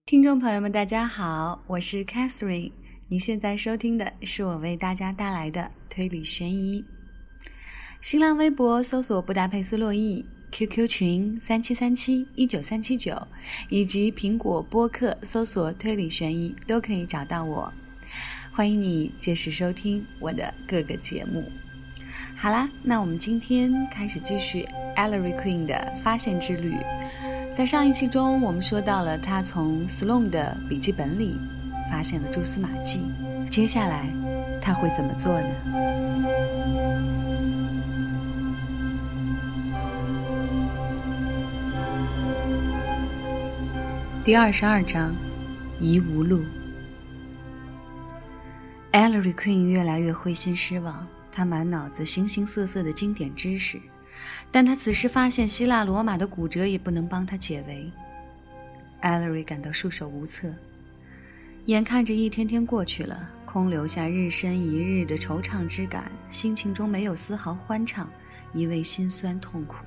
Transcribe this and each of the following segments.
听众朋友们大家好，我是 Catherine， 你现在收听的是我为大家带来的推理悬疑。新浪微博搜索布达佩斯洛伊， QQ 群3737-19379，以及苹果播客搜索推理悬疑都可以找到我。欢迎你届时收听我的各个节目。好啦，那我们今天开始继续 Ellery Queen 的发现之旅。在上一期中，我们说到了他从 Sloane 的笔记本里发现了蛛丝马迹，接下来他会怎么做呢？第22章，疑无路。Ellery Queen 越来越灰心失望，他满脑子形形色色的经典知识，但他此时发现希腊罗马的骨折也不能帮他解围。Ellery 感到束手无策，眼看着一天天过去了，空留下日深一日的惆怅之感，心情中没有丝毫欢畅，一味心酸痛苦。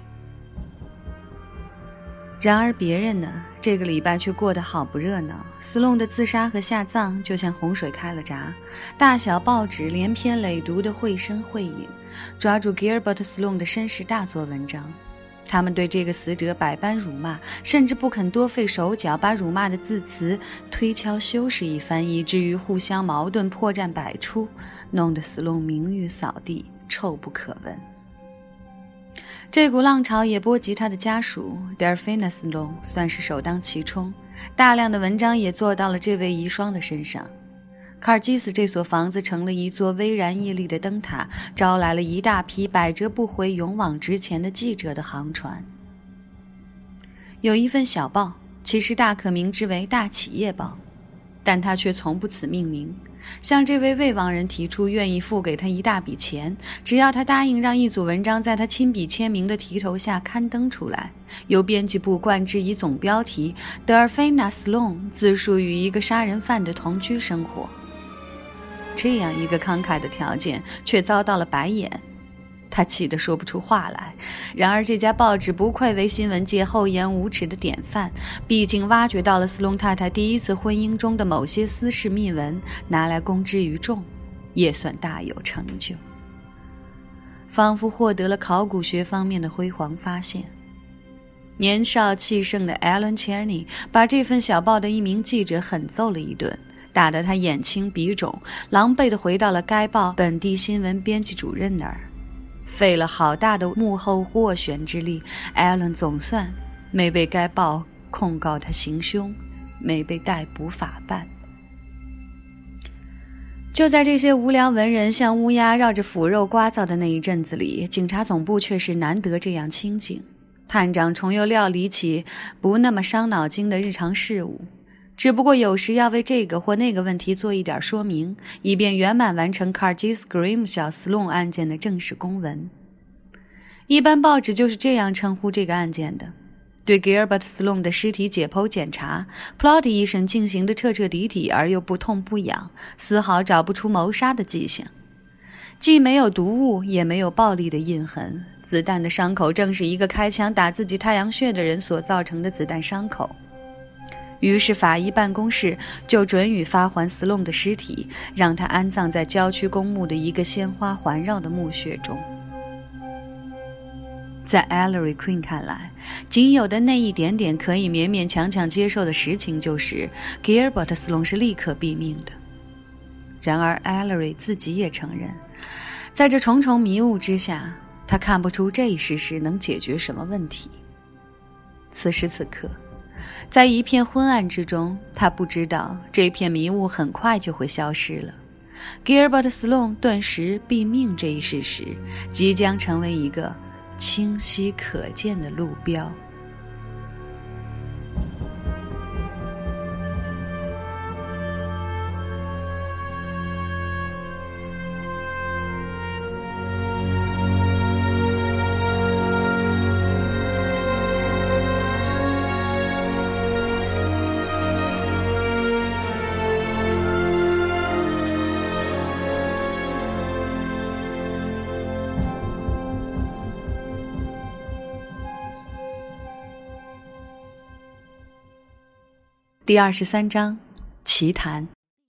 然而别人呢，这个礼拜却过得好不热闹。斯隆的自杀和下葬就像洪水开了闸，大小报纸连篇累牍的绘声绘影，抓住 Gilbert Sloane 的身世大做文章。他们对这个死者百般辱骂，甚至不肯多费手脚把辱骂的字词推敲修饰一番，以至于互相矛盾，破绽百出，弄得 Sloane 名誉扫地，臭不可闻。这股浪潮也波及他的家属 Delphina Sloane 算是首当其冲，大量的文章也做到了这位遗孀的身上。卡尔基斯这所房子成了一座巍然屹立的灯塔，招来了一大批百折不回、勇往直前的记者的航船。有一份小报，其实大可名之为大企业报，但他却从不此命名，向这位未亡人提出愿意付给他一大笔钱，只要他答应让一组文章在他亲笔签名的题头下刊登出来，由编辑部冠之以总标题 Delphina Sloane 自述与一个杀人犯的同居生活。这样一个慷慨的条件却遭到了白眼，他气得说不出话来。然而这家报纸不愧为新闻界厚颜无耻的典范，毕竟挖掘到了斯隆太太第一次婚姻中的某些私事秘闻，拿来公之于众，也算大有成就，仿佛获得了考古学方面的辉煌发现。年少气盛的 Alan Cherny 把这份小报的一名记者狠揍了一顿，打得他眼青鼻肿，狼狈地回到了该报本地新闻编辑主任那儿。费了好大的幕后斡旋之力，艾伦总算没被该报控告他行凶，没被逮捕法办。就在这些无聊文人像乌鸦绕着腐肉刮噪的那一阵子里，警察总部却是难得这样清静。探长重又料理起不那么伤脑筋的日常事务，只不过有时要为这个或那个问题做一点说明，以便圆满完成 Cargis Grimshaw Sloane 案件的正式公文。一般报纸就是这样称呼这个案件的。对 Gilbert Sloane 的尸体解剖检查， Plotty 医生进行的彻彻底底而又不痛不痒，丝毫找不出谋杀的迹象，既没有毒物也没有暴力的印痕，子弹的伤口正是一个开枪打自己太阳穴的人所造成的子弹伤口。于是法医办公室就准予发还斯隆的尸体，让他安葬在郊区公墓的一个鲜花环绕的墓穴中。在 Ellery Queen 看来，仅有的那一点点可以勉勉强强接受的实情就是 Gilbert Sloane 是立刻毙命的。然而 Ellery 自己也承认，在这重重迷雾之下，他看不出这一事实能解决什么问题。此时此刻，在一片昏暗之中，他不知道这片迷雾很快就会消失了。Gilbert Sloane 顿时毙命这一事实，即将成为一个清晰可见的路标。 第23章奇谈。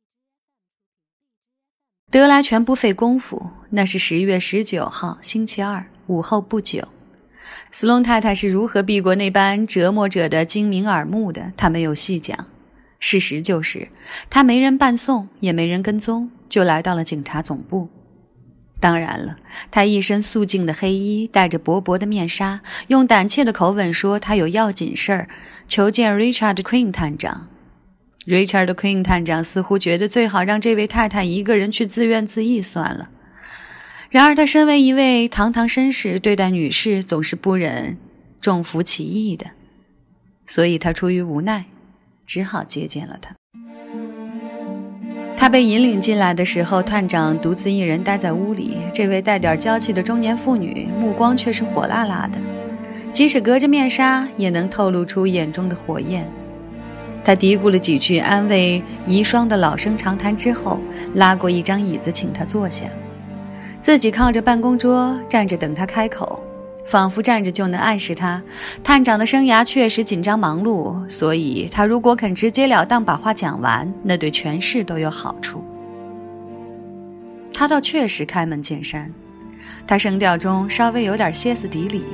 得来全不费工夫，那是10月19号星期二午后不久。斯隆太太是如何避过那般折磨者的精明耳目的，她没有细讲。事实就是，她没人伴送，也没人跟踪，就来到了警察总部。当然了，她一身素净的黑衣，戴着薄薄的面纱，用胆怯的口吻说她有要紧事儿，求见 Richard Quinn 探长。Richard Quinn 探长似乎觉得最好让这位太太一个人去自怨自艾算了。然而他身为一位堂堂绅士，对待女士总是不忍重服其意的，所以他出于无奈，只好接见了她。他被引领进来的时候，探长独自一人待在屋里，这位带点娇气的中年妇女目光却是火辣辣的，即使隔着面纱也能透露出眼中的火焰。他嘀咕了几句安慰遗孀的老生常谈之后，拉过一张椅子请他坐下，自己靠着办公桌站着等他开口，仿佛站着就能暗示他。探长的生涯确实紧张忙碌，所以他如果肯直截了当把话讲完，那对全市都有好处。他倒确实开门见山，他声调中稍微有点歇斯底里。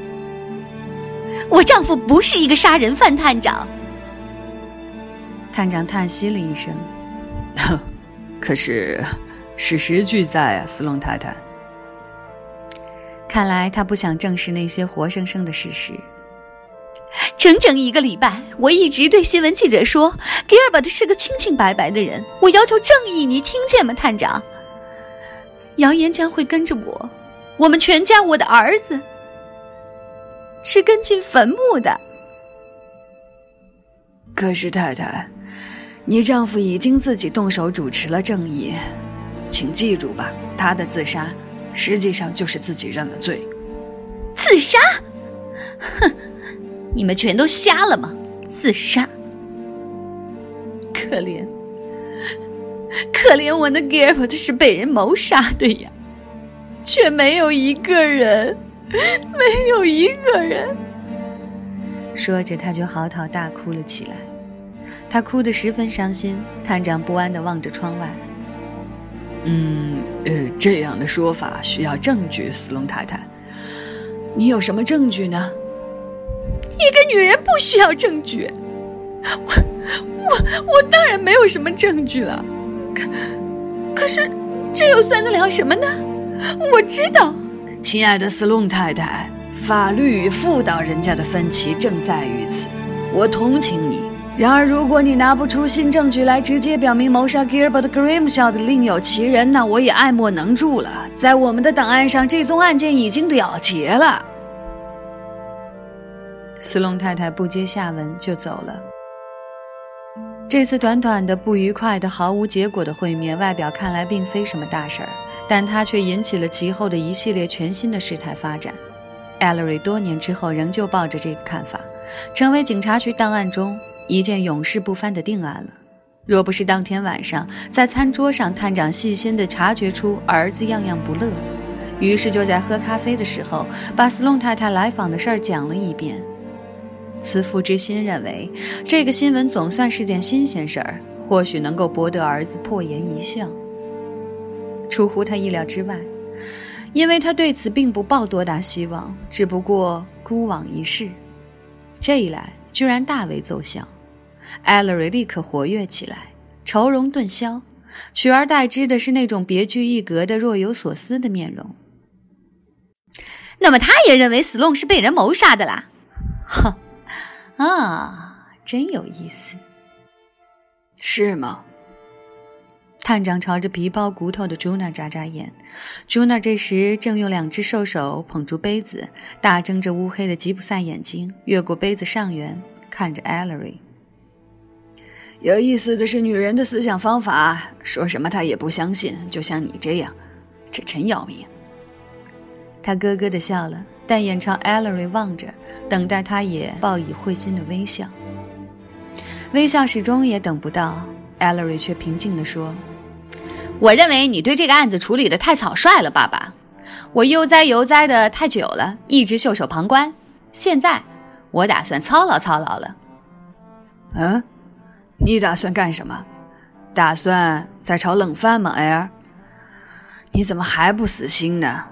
我丈夫不是一个杀人犯，探长。 探长叹息了一声。 可是事实俱在啊，斯隆太太。 看来他不想正视那些活生生的事实。 整整1个礼拜，我一直对新闻记者说，吉尔伯特是个清清白白的人，我要求正义，你听见吗，探长？谣言将会跟着我们全家，我的儿子，是跟进坟墓的。 可是太太，你丈夫已经自己动手主持了正义，请记住吧，他的自杀实际上就是自己认了罪。 自杀？哼，你们全都瞎了吗？自杀？可怜我那 Gilbert 是被人谋杀的呀，却没有一个人。 说着他就嚎啕大哭了起来。他哭得十分伤心，探长不安地望着窗外。 这样的说法需要证据，斯隆太太。你有什么证据呢？ 一个女人不需要证据。我当然没有什么证据了。可是这又算得了什么呢？我知道。 亲爱的斯隆太太，法律与妇道人家的分歧正在于此。我同情你。然而如果你拿不出新证据来直接表明谋杀 Gilbert Grimshaw 的另有其人，那我也爱莫能助了。在我们的档案上，这宗案件已经了结了。 斯隆太太不接下文就走了。这次短短的不愉快的毫无结果的会面，外表看来并非什么大事儿，但它却引起了其后的一系列全新的事态发展。Ellery 多年之后仍旧抱着这个看法，成为警察局档案中一件永世不翻的定案了。若不是当天晚上在餐桌上，探长细心地察觉出儿子样样不乐，于是就在喝咖啡的时候把斯隆太太来访的事儿讲了一遍。慈父之心认为这个新闻总算是件新鲜事儿，或许能够博得儿子破颜一笑。出乎他意料之外，因为他对此并不抱多大希望，只不过孤往一试。这一来居然大为奏效，艾勒瑞立刻活跃起来，愁容顿消，取而代之的是那种别具一格的若有所思的面容。 那么他也认为斯隆是被人谋杀的啦？ 哼，真有意思。 是吗？ 探长朝着皮包骨头的朱娜眨眨眼。朱娜这时正用2只瘦手捧住杯子，大睁着乌黑的吉普赛眼睛，越过杯子上缘看着 Ellery。 有意思的是，女人的思想方法，说什么她也不相信，就像你这样，这真要命。 他咯咯地笑了，但眼朝 Ellery 望着，等待他也报以会心的微笑。微笑始终也等不到， Ellery 却平静地说， 我认为你对这个案子处理得太草率了，爸爸。我悠哉的太久了，一直袖手旁观。现在我打算操劳了。 你打算干什么？打算再炒冷饭吗，艾尔？你怎么还不死心呢？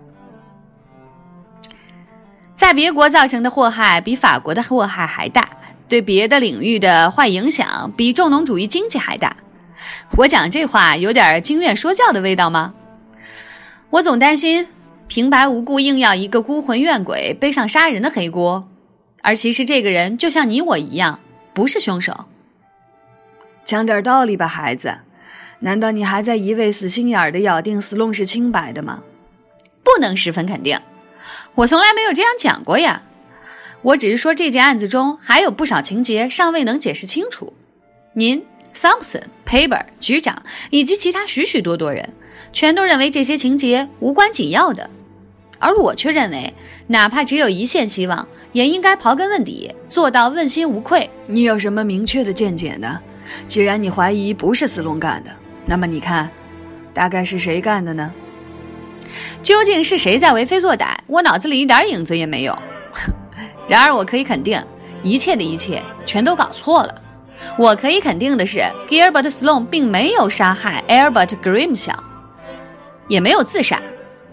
在别国造成的祸害比法国的祸害还大，对别的领域的坏影响比重农主义经济还大。我讲这话有点经院说教的味道吗？我总担心平白无故硬要一个孤魂怨鬼背上杀人的黑锅，而其实这个人就像你我一样，不是凶手。 讲点道理吧，孩子，难道你还在一味死心眼地咬定斯隆是清白的吗？ 不能十分肯定，我从来没有这样讲过呀。我只是说这件案子中还有不少情节尚未能解释清楚。您、Thompson、Paber、局长以及其他许许多多人全都认为这些情节无关紧要的，而我却认为哪怕只有一线希望，也应该刨根问底，做到问心无愧。 你有什么明确的见解呢？既然你怀疑不是斯隆干的，那么你看大概是谁干的呢？ 究竟是谁在为非作歹，我脑子里一点影子也没有。然而我可以肯定，一切的一切全都搞错了。我可以肯定的是 Gilbert Sloane 并没有杀害 Albert Grimshaw， 也没有自杀。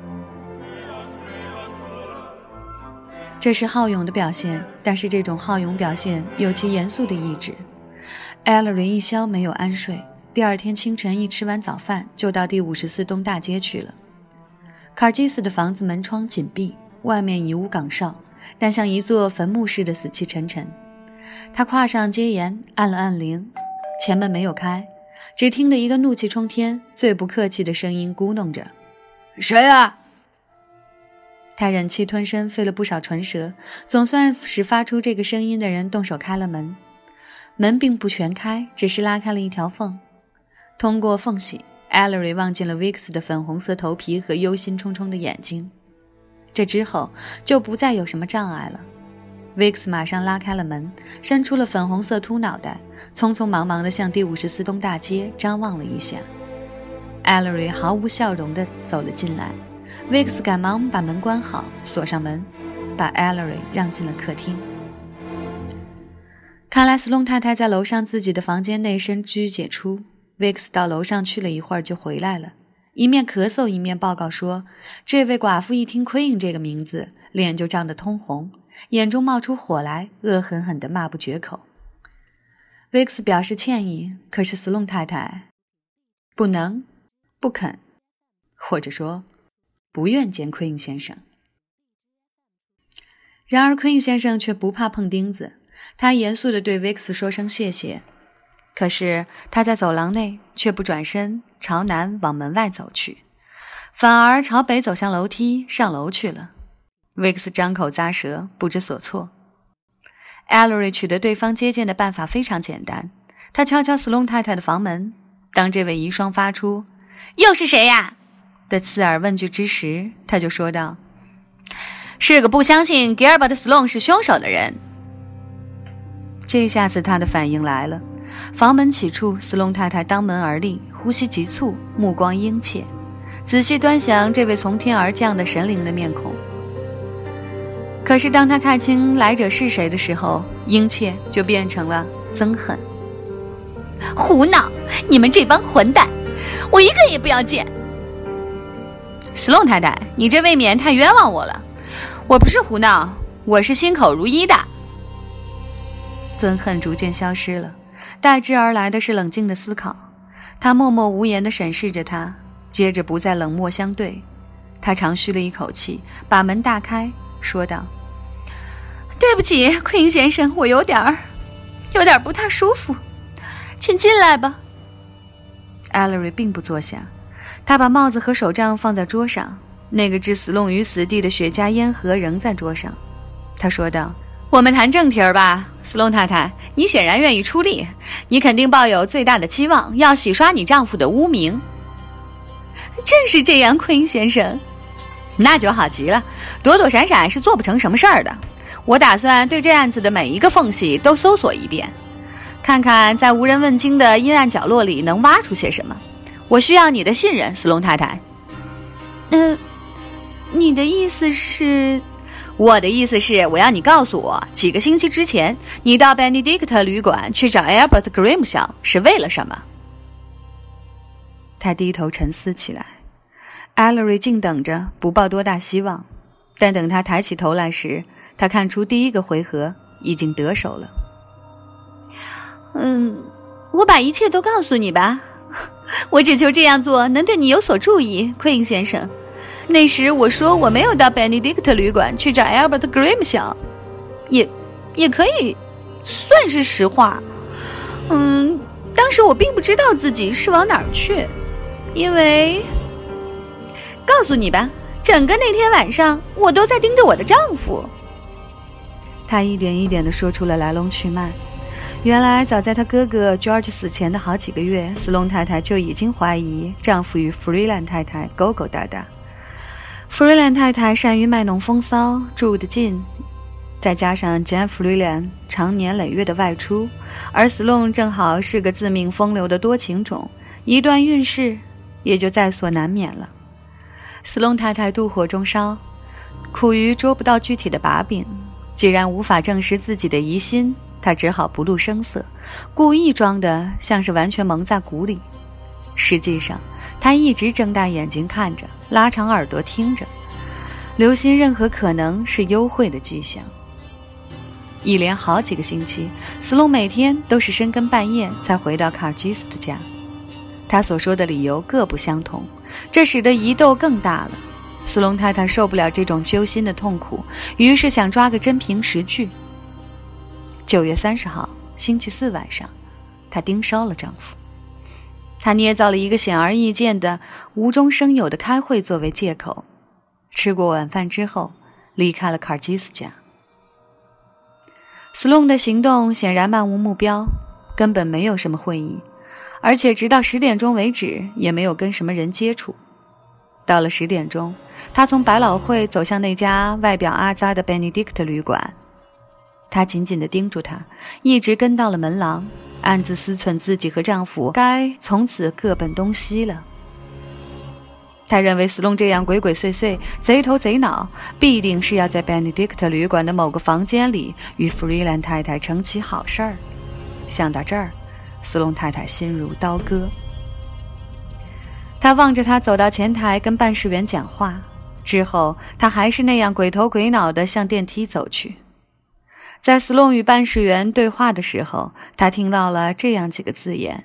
这是好勇的表现，但是这种好勇表现有其严肃的意志。Ellery 一宵没有安睡，第二天清晨一吃完早饭就到第54栋大街去了。卡尔基斯的房子门窗紧闭，外面已无岗哨，但像一座坟墓似的死气沉沉。他跨上街沿，按了按铃，前门没有开，只听得一个怒气冲天、最不客气的声音咕哝着：“ 谁啊？” 他忍气吞声，费了不少唇舌，总算使发出这个声音的人动手开了门。门并不全开，只是拉开了一条缝。通过缝隙，Ellery 望见了 Weeks 的粉红色头皮和忧心忡忡的眼睛。这之后就不再有什么障碍了。Weeks 马上拉开了门，伸出了粉红色秃脑袋，匆匆忙忙地向第54栋大街张望了一下。Ellery 毫无笑容地走了进来， Weeks 赶忙把门关好，锁上门，把 Ellery 让进了客厅。看来斯隆太太在楼上自己的房间内深居简出。Weeks 到楼上去了一会儿就回来了，一面咳嗽一面报告说，这位寡妇一听 Queen 这个名字，脸就涨得通红，眼中冒出火来，恶狠狠地骂不绝口。Weeks 表示歉意，可是斯隆太太不能、不肯，或者说不愿见 Queen 先生。然而 Queen 先生却不怕碰钉子，他严肃地对 Weeks 说声谢谢，可是他在走廊内却不转身朝南往门外走去，反而朝北走向楼梯上楼去了。Weeks 张口咂舌，不知所措。Ellery 取得对方接见的办法非常简单，他敲敲斯隆太太的房门，当这位遗孀发出又是谁呀的刺耳问句之时，他就说道， 是个不相信 Gilbert Sloane 是凶手的人。 这下子他的反应来了，房门起处，斯隆太太当门而立，呼吸急促，目光殷切，仔细端详这位从天而降的神灵的面孔。可是当他看清来者是谁的时候，殷切就变成了憎恨。 胡闹！你们这帮混蛋，我一个也不要见。斯隆太太，你这未免太冤枉我了。我不是胡闹，我是心口如一的。 憎恨逐渐消失了，代之而来的是冷静的思考。他默默无言地审视着他，接着不再冷漠相对。他长吁了一口气，把门大开，说道， 对不起 Queen 先生，我有点不太舒服，请进来吧。 Ellery 并不坐下，他把帽子和手杖放在桌上，那个置斯隆于死地的雪茄烟盒仍在桌上。他说道， 我们谈正题儿吧，斯隆太太，你显然愿意出力，你肯定抱有最大的期望，要洗刷你丈夫的污名。 正是这样 Queen 先生。 那就好极了，躲躲闪闪是做不成什么事儿的。我打算对这案子的每一个缝隙都搜索一遍，看看在无人问津的阴暗角落里能挖出些什么。我需要你的信任，斯隆太太。 你的意思是？ 我的意思是，我要你告诉我，几个星期之前，你到 Benedict 旅馆去找 Albert Grimshaw 是为了什么？ 他低头沉思起来。Ellery 静等着，不抱多大希望，但等他抬起头来时，他看出第一个回合已经得手了。 我把一切都告诉你吧，我只求这样做能对你有所注意，Queen 先生。那时我说我没有到 Benedict 旅馆去找 Albert Grimshaw， 也可以算是实话。当时我并不知道自己是往哪儿去，因为告诉你吧，整个那天晚上我都在盯着我的丈夫。 他一点一点地说出了来龙去脉。原来早在他哥哥 George 死前的好几个月，斯隆太太就已经怀疑丈夫与弗瑞兰太太勾勾搭搭。弗瑞兰太太善于卖弄风骚，住得近，再加上 Jane 弗瑞兰常年累月的外出，而斯隆正好是个自命风流的多情种，一段运势也就在所难免了。斯隆太太妒火中烧，苦于捉不到具体的把柄，既然无法证实自己的疑心，她只好不露声色，故意装得像是完全蒙在鼓里。实际上她一直睁大眼睛看着，拉长耳朵听着，留心任何可能是幽会的迹象。一连好几个星期，斯隆每天都是深更半夜才回到卡尔基斯的家。他所说的理由各不相同，这使得疑窦更大了。斯隆太太受不了这种揪心的痛苦，于是想抓个真凭实据。9月30号星期四晚上，她盯梢了丈夫。她捏造了一个显而易见的无中生有的开会作为借口，吃过晚饭之后离开了卡尔基斯家。斯隆的行动显然漫无目标，根本没有什么会议，而且直到10点钟为止也没有跟什么人接触。到了10点钟，他从百老汇走向那家外表阿杂的 Benedict 旅馆。他紧紧地盯住他，一直跟到了门廊，暗自思忖自己和丈夫该从此各奔东西了。他认为斯隆这样鬼鬼祟祟、贼头贼脑，必定是要在 Benedict 旅馆的某个房间里与弗瑞兰太太成其好事儿。想到这儿，斯隆太太心如刀割。他望着他走到前台跟办事员讲话，之后他还是那样鬼头鬼脑地向电梯走去。在斯隆与办事员对话的时候，他听到了这样几个字眼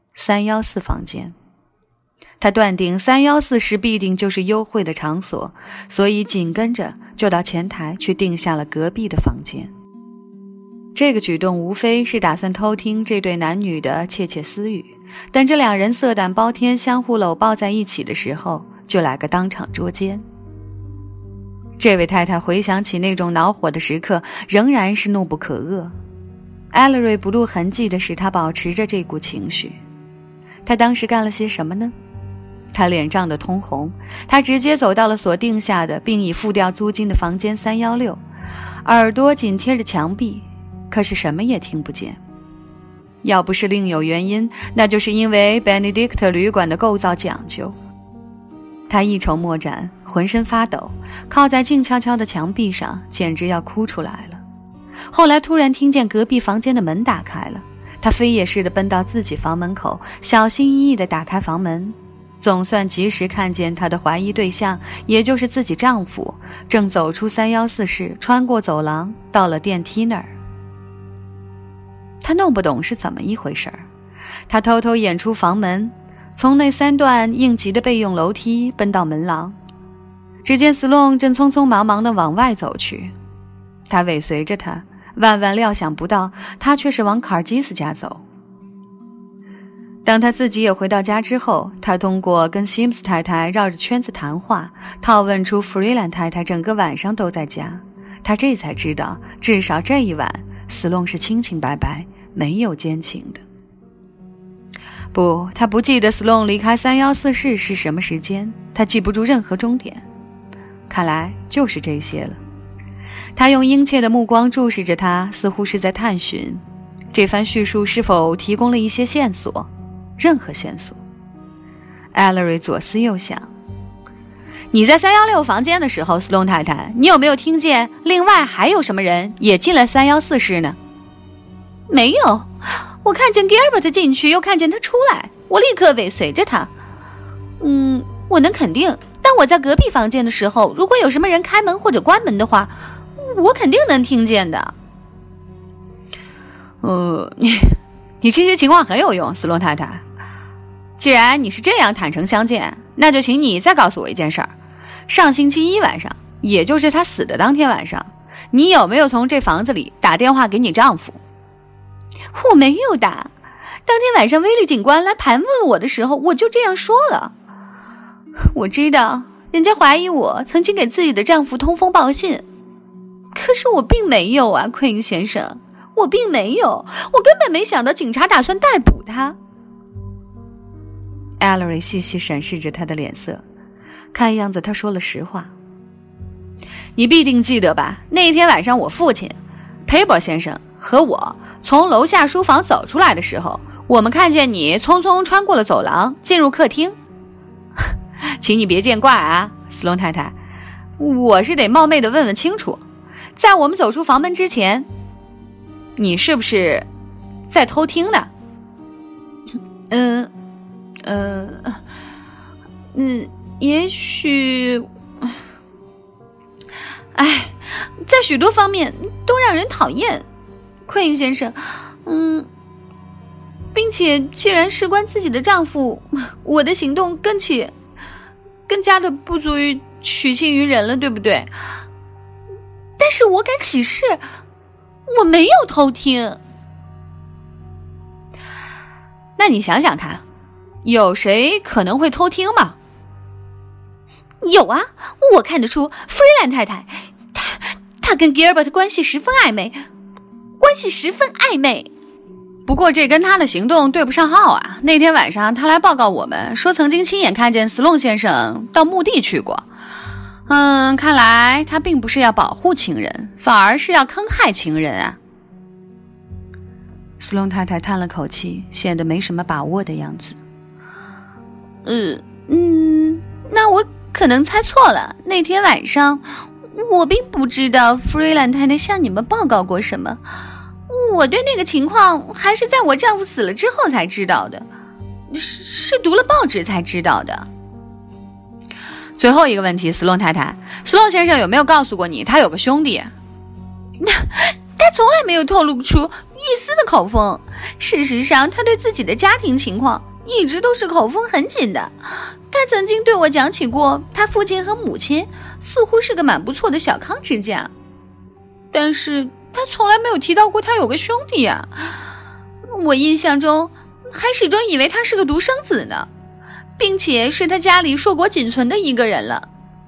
：314房间。他断定314室必定就是幽会的场所，所以紧跟着就到前台去定下了隔壁的房间。这个举动无非是打算偷听这对男女的窃窃私语，但这两人色胆包天相互搂抱在一起的时候，就来个当场捉奸。这位太太回想起那种恼火的时刻，仍然是怒不可遏。艾勒瑞不露痕迹地使他保持着这股情绪。他当时干了些什么呢？他脸涨得通红，他直接走到了所定下的并已付掉租金的房间316，耳朵紧贴着墙壁，可是什么也听不见。要不是另有原因，那就是因为 Benedict 旅馆的构造讲究。他一筹莫展，浑身发抖，靠在静悄悄的墙壁上，简直要哭出来了。后来突然听见隔壁房间的门打开了，他飞也似的奔到自己房门口，小心翼翼地打开房门，总算及时看见他的怀疑对象，也就是自己丈夫，正走出314室，穿过走廊，到了电梯那儿。他弄不懂是怎么一回事儿，他偷偷演出房门，从那3段应急的备用楼梯奔到门廊，只见斯隆正匆匆忙忙地往外走去。他尾随着他，万万料想不到他却是往卡尔基斯家走。当他自己也回到家之后，他通过跟西姆斯太太绕着圈子谈话，套问出弗瑞兰太太整个晚上都在家。他这才知道，至少这一晚斯隆是清清白白，没有奸情的。不，他不记得斯隆离开314室是什么时间，他记不住任何终点。看来就是这些了。他用殷切的目光注视着他，似乎是在探寻这番叙述是否提供了一些线索，任何线索。艾勒瑞左思右想， 你在316房间的时候，斯隆太太，你有没有听见另外还有什么人也进了314室呢？ 没有，我看见 Gilbert 进去，又看见他出来，我立刻尾随着他。我能肯定，当我在隔壁房间的时候，如果有什么人开门或者关门的话，我肯定能听见的。 你这些情况很有用，斯隆太太。既然你是这样坦诚相见，那就请你再告诉我一件事儿。上星期一晚上，也就是他死的当天晚上，你有没有从这房子里打电话给你丈夫？ 我没有打。当天晚上威利警官来盘问我的时候，我就这样说了。我知道人家怀疑我曾经给自己的丈夫通风报信，可是我并没有啊，奎因先生，我并没有，我根本没想到警察打算逮捕他。 Ellery 细细审视着他的脸色，看样子他说了实话。你必定记得吧，那天晚上我父亲佩伯先生和我从楼下书房走出来的时候，我们看见你匆匆穿过了走廊进入客厅。请你别见怪啊，斯隆太太，我是得冒昧的问问清楚，在我们走出房门之前，你是不是在偷听呢？ 也许，在许多方面都让人讨厌，奎因先生，并且既然事关自己的丈夫，我的行动更加的不足以取信于人了，对不对？但是我敢起誓，我没有偷听。 那你想想看，有谁可能会偷听吗？ 有啊，我看得出弗瑞兰太太，她跟 Gilbert 关系十分暧昧。 不过这跟他的行动对不上号啊！那天晚上他来报告我们，说曾经亲眼看见斯隆先生到墓地去过。看来他并不是要保护情人，反而是要坑害情人啊！斯隆太太叹了口气，显得没什么把握的样子。 那我可能猜错了。那天晚上，我并不知道弗瑞兰太太向你们报告过什么。我对那个情况还是在我丈夫死了之后才知道的，是读了报纸才知道的。 最后一个问题，斯隆太太，斯隆先生有没有告诉过你他有个兄弟？ 他从来没有透露出一丝的口风。事实上，他对自己的家庭情况一直都是口风很紧的。他曾经对我讲起过他父亲和母亲似乎是个蛮不错的小康之家，但是他从来没有提到过他有个兄弟啊。我印象中还始终以为他是个独生子呢，并且是他家里硕果仅存的一个人了。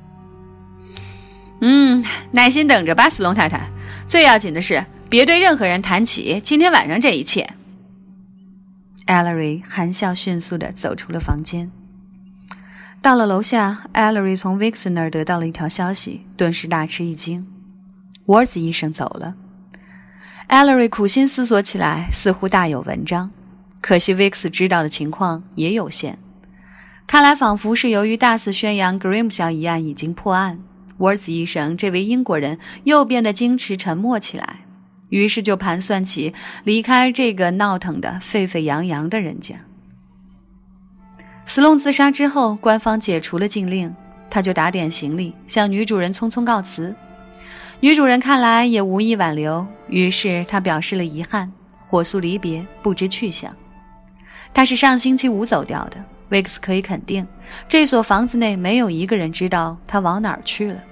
耐心等着吧，斯隆太太。最要紧的是别对任何人谈起今天晚上这一切。Ellery 含笑迅速地走出了房间。到了楼下， Ellery 从 Vixen 那儿得到了一条消息，顿时大吃一惊。Worth 医生走了。Ellery 苦心思索起来，似乎大有文章，可惜 Vix 知道的情况也有限。看来仿佛是由于大肆宣扬 Grimshaw 一案已经破案，Worth 医生这位英国人又变得矜持沉默起来，于是就盘算起离开这个闹腾的沸沸扬扬的人家。斯隆自杀之后，官方解除了禁令，他就打点行李向女主人匆匆告辞。女主人看来也无意挽留，于是她表示了遗憾，火速离别，不知去向。她是上星期五走掉的， Vix 可以肯定这所房子内没有一个人知道她往哪儿去了。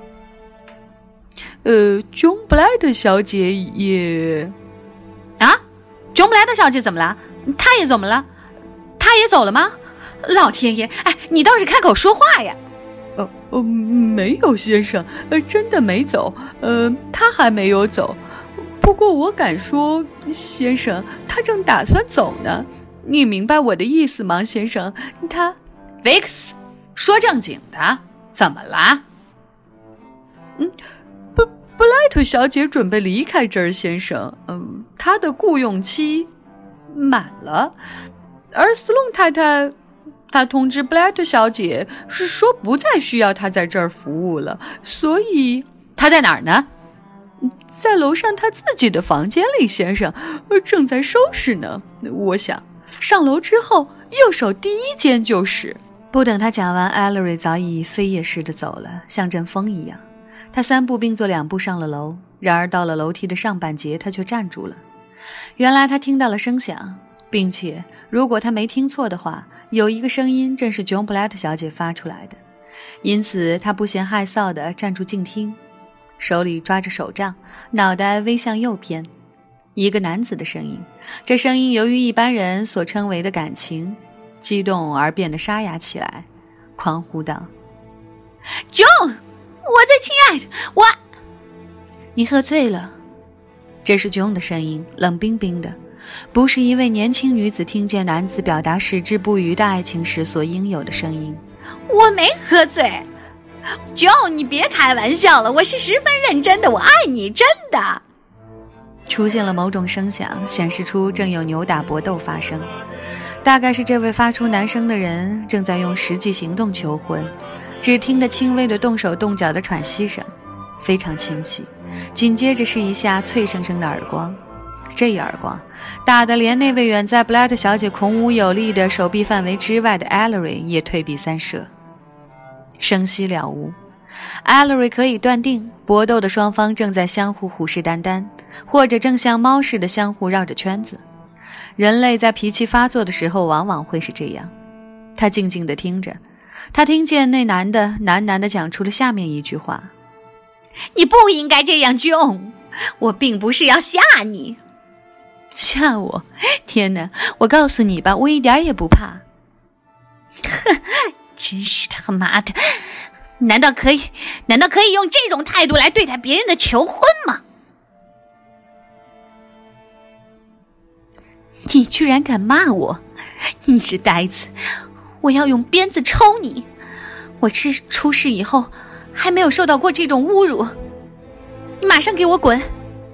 琼布莱特小姐也…… 琼布莱特小姐怎么了？她也怎么了？她也走了吗？老天爷，你倒是开口说话呀！ 没有先生，真的没走，他还没有走。不过我敢说，先生，他正打算走呢。你明白我的意思吗，先生？他 Vix 说正经的，怎么啦？ 布莱特小姐准备离开这儿，先生。她的雇佣期满了，而斯隆太太他通知 Blatt 小姐是说不再需要他在这儿服务了，所以他在哪儿呢？ 在楼上他自己的房间里，先生，正在收拾呢。我想上楼之后右手第一间就是。 不等他讲完， Ellery 早已飞也似的走了，像阵风一样。他3步并作2步上了楼，然而到了楼梯的上半截，他却站住了。原来他听到了声响，并且如果他没听错的话，有一个声音正是 John Blatt 小姐发出来的，因此他不嫌害臊地站住静听，手里抓着手杖，脑袋微向右偏。一个男子的声音，这声音由于一般人所称为的感情激动而变得沙哑起来，狂呼道： John， 我最亲爱的， 你喝醉了。这是 John 的声音，冷冰冰的，不是一位年轻女子听见男子表达矢志不渝的爱情时所应有的声音。 我没喝醉。John， 你别开玩笑了，我是十分认真的，我爱你，真的。 出现了某种声响，显示出正有扭打搏斗发生，大概是这位发出男声的人正在用实际行动求婚，只听得轻微的动手动脚的喘息声，非常清晰，紧接着是一下脆生生的耳光。这一耳光打得连那位远在 Blatt 小姐孔武有力的手臂范围之外的 Ellery 也退避三舍，声息了无。Ellery 可以断定，搏斗的双方正在相互虎视眈眈，或者正像猫似的相互绕着圈子。人类在脾气发作的时候往往会是这样。他静静地听着，他听见那男的喃喃地讲出了下面一句话： 你不应该这样 John， 我并不是要吓你。 吓我？天哪，我告诉你吧，我一点也不怕。 真是他妈的，难道可以用这种态度来对待别人的求婚吗？ 你居然敢骂我， 你这呆子，我要用鞭子抽你。我出事以后还没有受到过这种侮辱，你马上给我滚。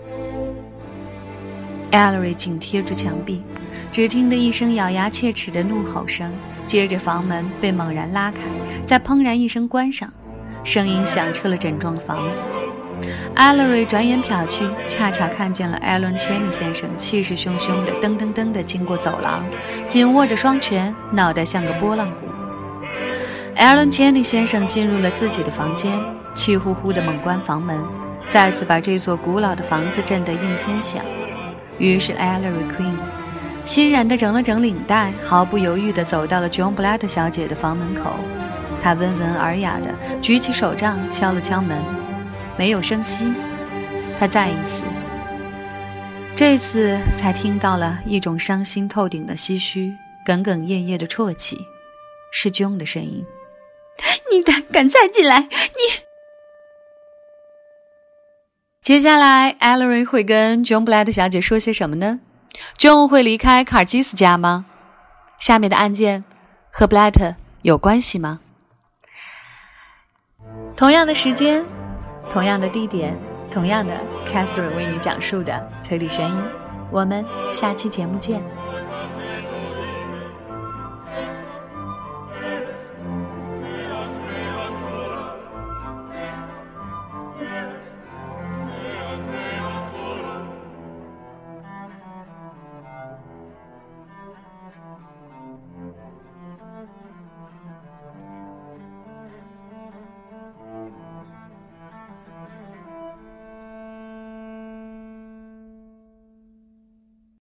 Ellery 紧贴住墙壁，只听得一声咬牙切齿的怒吼声，接着房门被猛然拉开，再砰然一声关上，声音响彻了整幢房子。Ellery 转眼瞟去，恰巧看见了 Alan Cheney 先生气势汹汹地噔噔噔地经过走廊，紧握着双拳，脑袋像个拨浪鼓。Alan Cheney 先生进入了自己的房间，气呼呼地猛关房门，再次把这座古老的房子震得应天响。于是 Ellery Queen 欣然地整了整领带，毫不犹豫地走到了 John Blatt 小姐的房门口。她温文尔雅地举起手杖敲了敲门，没有声息。她再一次，这次才听到了一种伤心透顶的唏嘘，哽哽咽咽的啜泣，是 John 的声音。 你敢再进来？你…… 接下来 Ellery 会跟 John Blatt 小姐说些什么呢？ John 会离开卡尔基斯家吗？下面的案件和 Blatt 有关系吗？同样的时间，同样的地点，同样的 Catherine 为你讲述的推理悬疑，我们下期节目见。